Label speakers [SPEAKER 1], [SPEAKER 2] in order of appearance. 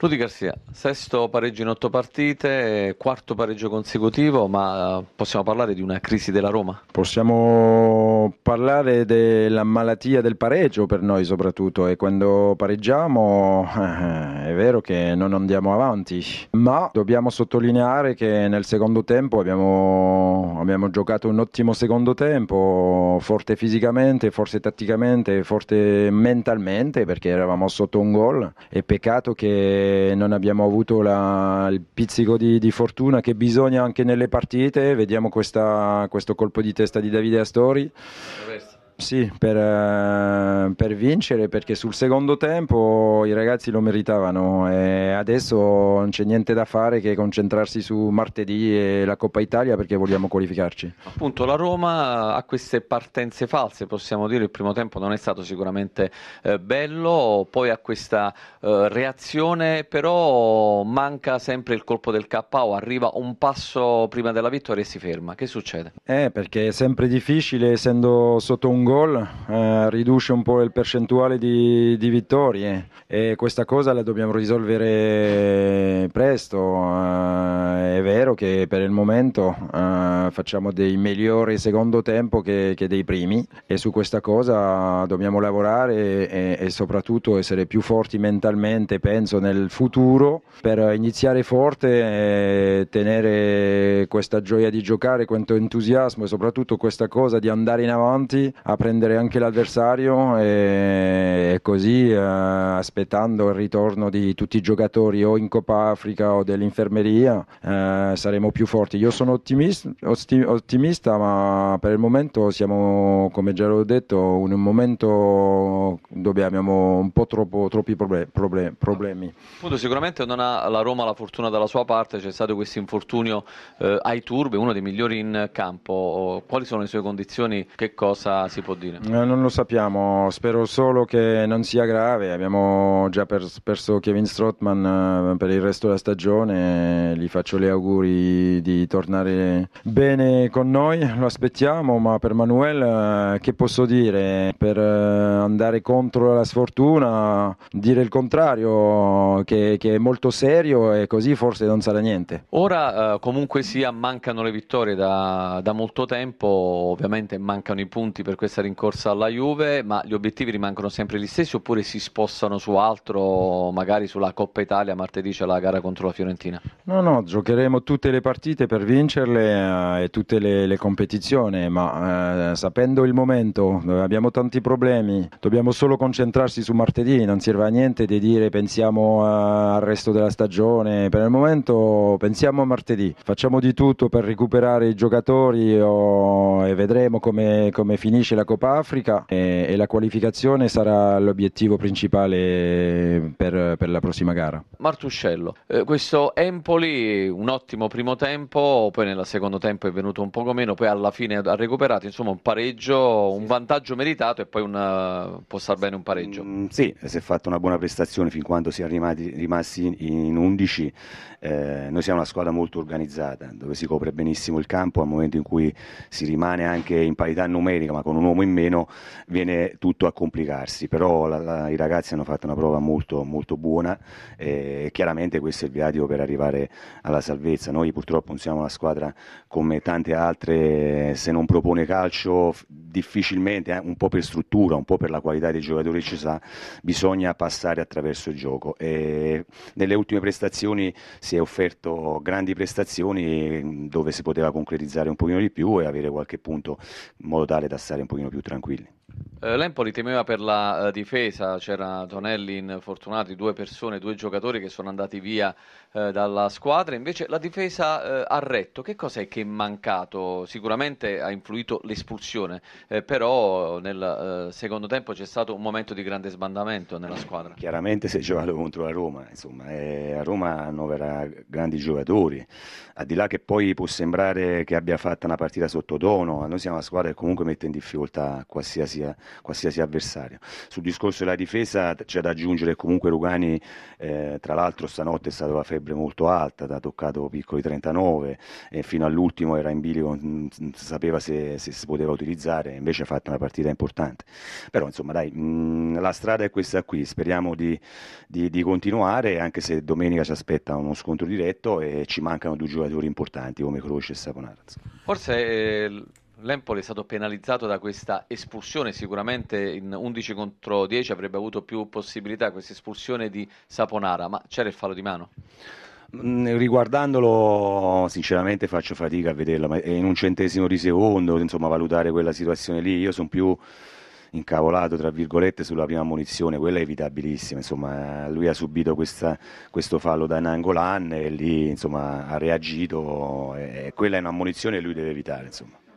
[SPEAKER 1] Rudy Garcia, sesto pareggio in 8 partite, quarto pareggio consecutivo, ma possiamo parlare di una crisi della Roma?
[SPEAKER 2] Possiamo parlare della malattia del pareggio per noi soprattutto e quando pareggiamo è vero che non andiamo avanti, ma dobbiamo sottolineare che nel secondo tempo abbiamo giocato un ottimo secondo tempo, forte fisicamente, forse tatticamente, forte mentalmente perché eravamo sotto un gol e peccato che non abbiamo avuto il pizzico di fortuna che bisogna anche nelle partite. Vediamo questo colpo di testa di Davide Astori. Sì, per vincere, perché sul secondo tempo i ragazzi lo meritavano e adesso non c'è niente da fare che concentrarsi su martedì e la Coppa Italia perché vogliamo qualificarci.
[SPEAKER 1] Appunto, la Roma ha queste partenze false, possiamo dire. Il primo tempo non è stato sicuramente bello, poi ha questa reazione, però manca sempre il colpo del KO, arriva un passo prima della vittoria e si ferma. Che succede?
[SPEAKER 2] Perché è sempre difficile, essendo sotto un gol, riduce un po' il percentuale di vittorie e questa cosa la dobbiamo risolvere presto. È vero che per il momento facciamo dei migliori secondo tempo che dei primi e su questa cosa dobbiamo lavorare e soprattutto essere più forti mentalmente, penso, nel futuro per iniziare forte e tenere questa gioia di giocare, questo entusiasmo e soprattutto questa cosa di andare in avanti a prendere anche l'avversario e così aspettando il ritorno di tutti i giocatori o in Coppa Africa o dell'infermeria saremo più forti. Io sono ottimista, ma per il momento siamo, come già l'ho detto, in un momento dove abbiamo un po' troppi problemi.
[SPEAKER 1] Appunto, sicuramente non ha la Roma la fortuna dalla sua parte, c'è stato questo infortunio ai Turbe, uno dei migliori in campo. Quali sono le sue condizioni? Che cosa si può dire?
[SPEAKER 2] Non lo sappiamo, spero solo che non sia grave. Abbiamo già perso Kevin Strootman per il resto della stagione. Gli faccio gli auguri di tornare bene con noi, lo aspettiamo, ma per Manuel che posso dire? Per andare contro la sfortuna, dire il contrario, che è molto serio e così forse non sarà niente.
[SPEAKER 1] Ora, comunque sia, mancano le vittorie da molto tempo, ovviamente mancano i punti per questa rincorsa alla Juve, ma gli obiettivi rimangono sempre gli stessi oppure si spostano su altro, magari sulla Coppa Italia, martedì c'è la gara contro la Fiorentina?
[SPEAKER 2] No, no, giocheremo tutte le partite per vincerle e tutte le competizioni, ma sapendo il momento, dove abbiamo tanti problemi, dobbiamo solo concentrarsi su martedì, non serve a niente di dire pensiamo al resto della stagione, per il momento pensiamo a martedì, facciamo di tutto per recuperare i giocatori e vedremo come finisce la Coppa Africa e la qualificazione sarà l'obiettivo principale per la prossima gara.
[SPEAKER 1] Martuscello, questo Empoli, un ottimo primo tempo, poi nel secondo tempo è venuto un poco meno, poi alla fine ha recuperato, insomma un pareggio, un vantaggio meritato e poi può star bene un pareggio.
[SPEAKER 3] Sì, si è fatta una buona prestazione fin quando si è rimasti in 11. Noi siamo una squadra molto organizzata, dove si copre benissimo il campo, al momento in cui si rimane anche in parità numerica, ma con un uomo in meno, viene tutto a complicarsi, però i ragazzi hanno fatto una prova molto, molto buona e chiaramente questo è il viatico per arrivare alla salvezza. Noi purtroppo non siamo una squadra come tante altre, se non propone calcio difficilmente, un po' per struttura, un po' per la qualità dei giocatori che ci sa, bisogna passare attraverso il gioco e nelle ultime prestazioni si è offerto grandi prestazioni dove si poteva concretizzare un pochino di più e avere qualche punto in modo tale da stare un pochino più tranquilli.
[SPEAKER 1] L'Empoli temeva per la difesa, c'era Tonelli infortunati, due giocatori che sono andati via dalla squadra, invece la difesa ha retto. Che cos'è che è mancato? Sicuramente ha influito l'espulsione, però nel secondo tempo c'è stato un momento di grande sbandamento nella squadra.
[SPEAKER 3] Chiaramente si è giocato contro la Roma, insomma, a Roma annovera grandi giocatori, al di là che poi può sembrare che abbia fatto una partita sottotono, noi siamo una squadra che comunque mette in difficoltà qualsiasi qualsiasi avversario. Sul discorso della difesa c'è da aggiungere che comunque Rugani, tra l'altro stanotte è stata la febbre molto alta, ha toccato piccoli 39 e fino all'ultimo era in bilico, non sapeva se si poteva utilizzare, invece ha fatto una partita importante. Però insomma dai, la strada è questa qui, speriamo di continuare, anche se domenica ci aspetta uno scontro diretto e ci mancano due giocatori importanti come Croce e Saponara.
[SPEAKER 1] Forse l'Empoli è stato penalizzato da questa espulsione, sicuramente in 11 contro 10 avrebbe avuto più possibilità questa espulsione di Saponara, ma c'era il fallo di mano?
[SPEAKER 3] Riguardandolo sinceramente faccio fatica a vederlo, ma è in un centesimo di secondo, insomma, valutare quella situazione lì. Io sono più incavolato tra virgolette sulla prima ammonizione, quella è evitabilissima, insomma lui ha subito questo fallo da Nangolan e lì insomma ha reagito e quella è un'ammonizione che lui deve evitare, insomma.